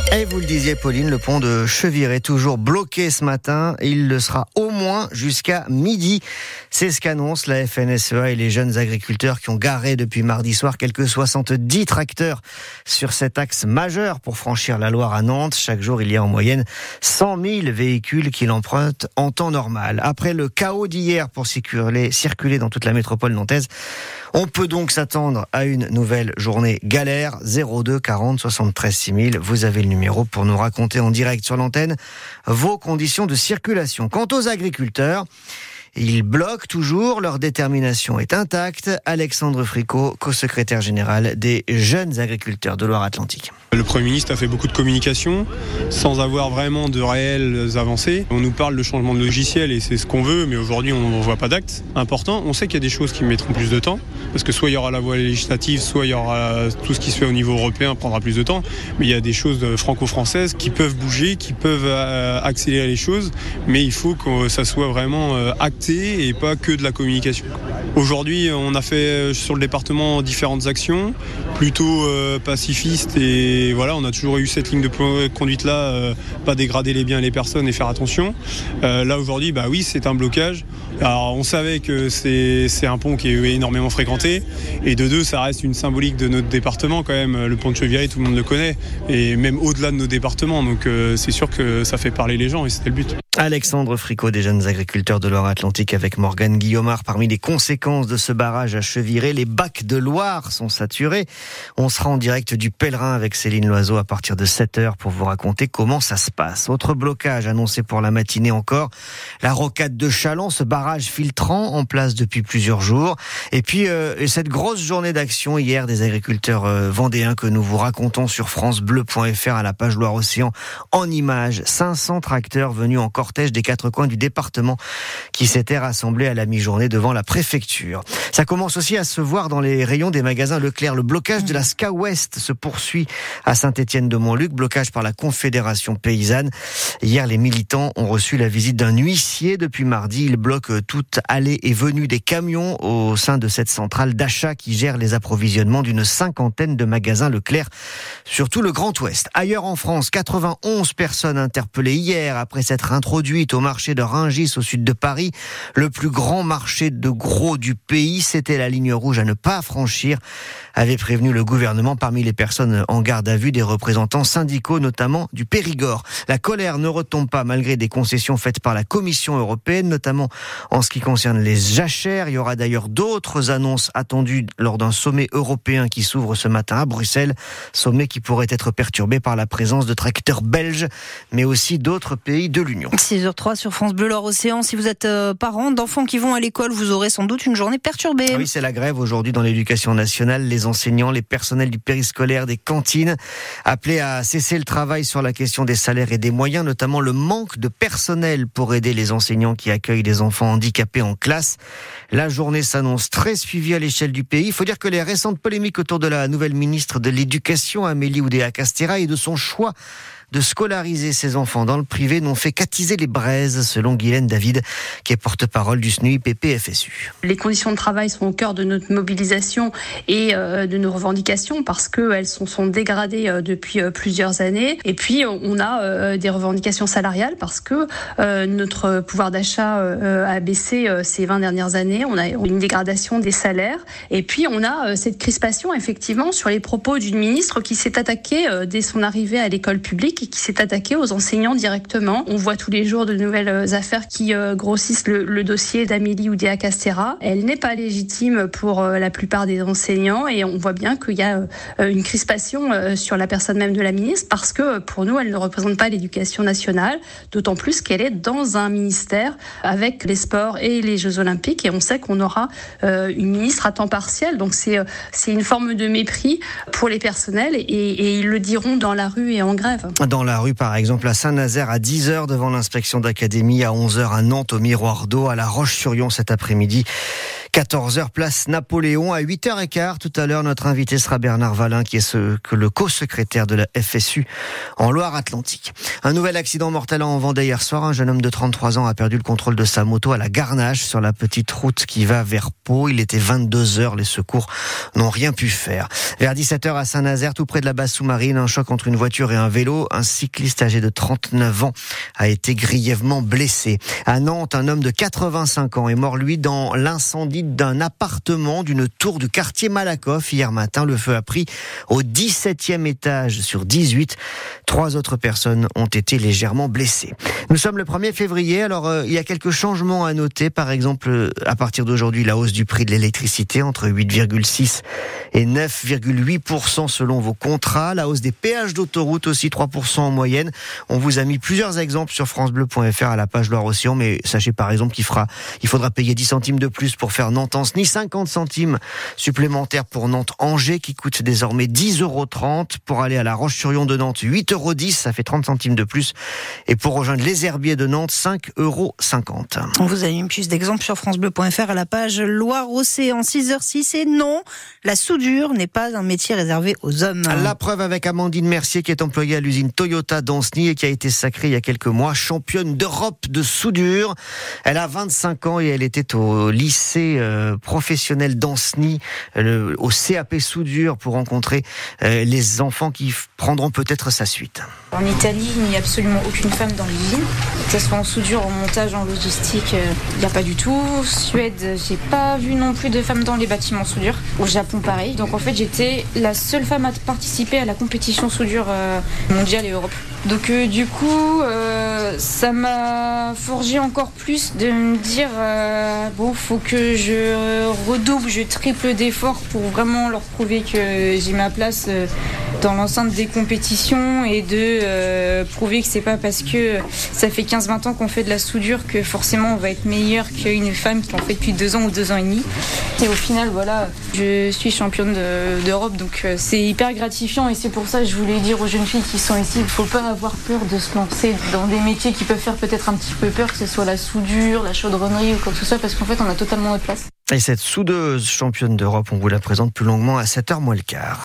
Et vous le disiez, Pauline, le pont de Cheviré est toujours bloqué ce matin. Il le sera au moins jusqu'à midi. C'est ce qu'annonce la FNSEA et les jeunes agriculteurs qui ont garé depuis mardi soir quelques 70 tracteurs sur cet axe majeur pour franchir la Loire à Nantes. Chaque jour, il y a en moyenne 100 000 véhicules qui l'empruntent en temps normal. Après le chaos d'hier pour circuler dans toute la métropole nantaise, on peut donc s'attendre à une nouvelle journée galère. 02 40 73 6000. Vous avez le numéro pour nous raconter en direct sur l'antenne vos conditions de circulation. Quant aux agriculteurs, ils bloquent toujours, leur détermination est intacte. Alexandre Fricot, co-secrétaire général des jeunes agriculteurs de Loire-Atlantique. Le Premier ministre a fait beaucoup de communication sans avoir vraiment de réelles avancées. On nous parle de changement de logiciel et c'est ce qu'on veut, mais aujourd'hui on ne voit pas d'actes importants. On sait qu'il y a des choses qui mettront plus de temps, parce que soit il y aura la voie législative, soit il y aura tout ce qui se fait au niveau européen prendra plus de temps. Mais il y a des choses franco-françaises qui peuvent bouger, qui peuvent accélérer les choses, mais il faut que ça soit vraiment acté et pas que de la communication. Aujourd'hui, on a fait sur le département différentes actions, plutôt pacifistes, et voilà, on a toujours eu cette ligne de conduite là, pas dégrader les biens et les personnes et faire attention. Là aujourd'hui, oui, c'est un blocage. Alors on savait que c'est un pont qui est énormément fréquenté, et de deux, ça reste une symbolique de notre département quand même. Le pont de Cheviré, tout le monde le connaît, et même au-delà de nos départements, donc c'est sûr que ça fait parler les gens et c'était le but. Alexandre Fricot des jeunes agriculteurs de Loire-Atlantique avec Morgane Guillaumard. Parmi les conséquences de ce barrage à Cheviré, les bacs de Loire sont saturés. On sera en direct du Pèlerin avec Céline Loiseau à partir de 7h pour vous raconter comment ça se passe. Autre blocage annoncé pour la matinée encore, la rocade de Challans, ce barrage filtrant en place depuis plusieurs jours. Et puis cette grosse journée d'action hier des agriculteurs vendéens que nous vous racontons sur francebleu.fr à la page Loire-Océan en images. 500 tracteurs venus en cortège des quatre coins du département qui s'étaient rassemblés à la mi-journée devant la préfecture. Ça commence aussi à se voir dans les rayons des magasins Leclerc. Le blocage de la SCA Ouest se poursuit à Saint-Étienne-de-Montluc, blocage par la Confédération paysanne. Hier, les militants ont reçu la visite d'un huissier depuis mardi. Ils bloquent toute allée et venue des camions au sein de cette centrale d'achat qui gère les approvisionnements d'une 50aine de magasins Leclerc sur tout le Grand Ouest. Ailleurs en France, 91 personnes interpellées hier après s'être introduites au marché de Rungis au sud de Paris. Le plus grand marché de gros du pays, c'était la ligne rouge à ne pas franchir, avait prévenu le gouvernement. Parmi les personnes en garde à vue, des représentants syndicaux, notamment du Périgord. La colère ne retombe pas malgré des concessions faites par la Commission européenne, notamment en ce qui concerne les jachères. Il y aura d'ailleurs d'autres annonces attendues lors d'un sommet européen qui s'ouvre ce matin à Bruxelles. Sommet qui pourrait être perturbé par la présence de tracteurs belges, mais aussi d'autres pays de l'Union. 6h03 sur France Bleu Loire-Océan. Si vous êtes parents d'enfants qui vont à l'école, vous aurez sans doute une journée perturbée. Oui, c'est la grève aujourd'hui dans l'éducation nationale. Les enseignants, les personnels du périscolaire, des cantines, appelés à cesser le travail sur la question des salaires et des moyens, notamment le manque de personnel pour aider les enseignants qui accueillent des enfants handicapés en classe. La journée s'annonce très suivie à l'échelle du pays. Il faut dire que les récentes polémiques autour de la nouvelle ministre de l'Éducation, Amélie Oudéa-Castéra, et de son choix de scolariser ses enfants dans le privé n'ont fait qu'attiser les braises, selon Guylaine David, qui est porte-parole du SNUIPP-FSU. Les conditions de travail sont au cœur de notre mobilisation et de nos revendications parce qu'elles sont dégradées depuis plusieurs années. Et puis, on a des revendications salariales parce que notre pouvoir d'achat a baissé ces 20 dernières années. On a une dégradation des salaires. Et puis, on a cette crispation, effectivement, sur les propos d'une ministre qui s'est attaquée dès son arrivée à l'école publique et qui s'est attaqué aux enseignants directement. On voit tous les jours de nouvelles affaires qui grossissent le dossier d'Amélie Oudéa-Castéra. Elle n'est pas légitime pour la plupart des enseignants et on voit bien qu'il y a une crispation sur la personne même de la ministre parce que pour nous, elle ne représente pas l'éducation nationale, d'autant plus qu'elle est dans un ministère avec les sports et les Jeux Olympiques et on sait qu'on aura une ministre à temps partiel. Donc c'est une forme de mépris pour les personnels et ils le diront dans la rue et en grève. Dans la rue, par exemple, à Saint-Nazaire, à 10h devant l'inspection d'académie, à 11h à Nantes, au Miroir d'eau, à La Roche-sur-Yon cet après-midi. 14h, place Napoléon. À 8h15, tout à l'heure, notre invité sera Bernard Valin, qui est le co-secrétaire de la FSU en Loire-Atlantique. Un nouvel accident mortel en Vendée hier soir. Un jeune homme de 33 ans a perdu le contrôle de sa moto à la Garnache, sur la petite route qui va vers Pau. Il était 22h, les secours n'ont rien pu faire. Vers 17h à Saint-Nazaire, tout près de la base sous-marine, un choc entre une voiture et un vélo. Un cycliste âgé de 39 ans a été grièvement blessé. À Nantes, un homme de 85 ans est mort, lui, dans l'incendie d'un appartement d'une tour du quartier Malakoff. Hier matin, le feu a pris au 17e étage sur 18. 3 autres personnes ont été légèrement blessées. Nous sommes le 1er février, alors il y a quelques changements à noter. Par exemple, à partir d'aujourd'hui, la hausse du prix de l'électricité entre 8,6 et 9,8% selon vos contrats. La hausse des péages d'autoroute aussi, 3% en moyenne. On vous a mis plusieurs exemples sur francebleu.fr à la page Loire-Océan, mais sachez par exemple qu'il faudra payer 10 centimes de plus pour faire Nantes-Anceny, 50 centimes supplémentaires pour Nantes-Angers qui coûte désormais 10,30 €. Pour aller à la Roche-sur-Yon de Nantes, 8,10 €, ça fait 30 centimes de plus. Et pour rejoindre les Herbiers de Nantes, 5,50 €. On vous a mis plus d'exemples sur francebleu.fr à la page Loire-Océan. 6h06, et non, la soudure n'est pas un métier réservé aux hommes. La preuve avec Amandine Mercier, qui est employée à l'usine Toyota d'Anceny et qui a été sacrée il y a quelques mois championne d'Europe de soudure. Elle a 25 ans et elle était au lycée professionnel d'Anceny, au CAP soudure, pour rencontrer les enfants qui prendront peut-être sa suite. En Italie, il n'y a absolument aucune femme dans l'usine, que ce soit en soudure, en montage, en logistique, il n'y a pas du tout. Suède, j'ai pas vu non plus de femmes dans les bâtiments soudure. Au Japon, pareil. Donc en fait, j'étais la seule femme à participer à la compétition soudure mondiale et Europe. Donc du coup, ça m'a forgé encore plus de me dire faut que je redouble, je triple d'efforts pour vraiment leur prouver que j'ai ma place dans l'enceinte des compétitions et de prouver que c'est pas parce que ça fait 15-20 ans qu'on fait de la soudure que forcément on va être meilleur qu'une femme qui en fait depuis 2 ans ou 2 ans et demi. Et au final, voilà, je suis championne d'Europe, donc c'est hyper gratifiant et c'est pour ça que je voulais dire aux jeunes filles qui sont ici, il ne faut pas avoir peur de se lancer dans des métiers qui peuvent faire peut-être un petit peu peur, que ce soit la soudure, la chaudronnerie ou quoi que ce soit, parce qu'en fait on a totalement notre place. Et cette soudeuse championne d'Europe, on vous la présente plus longuement à 7h moins le quart.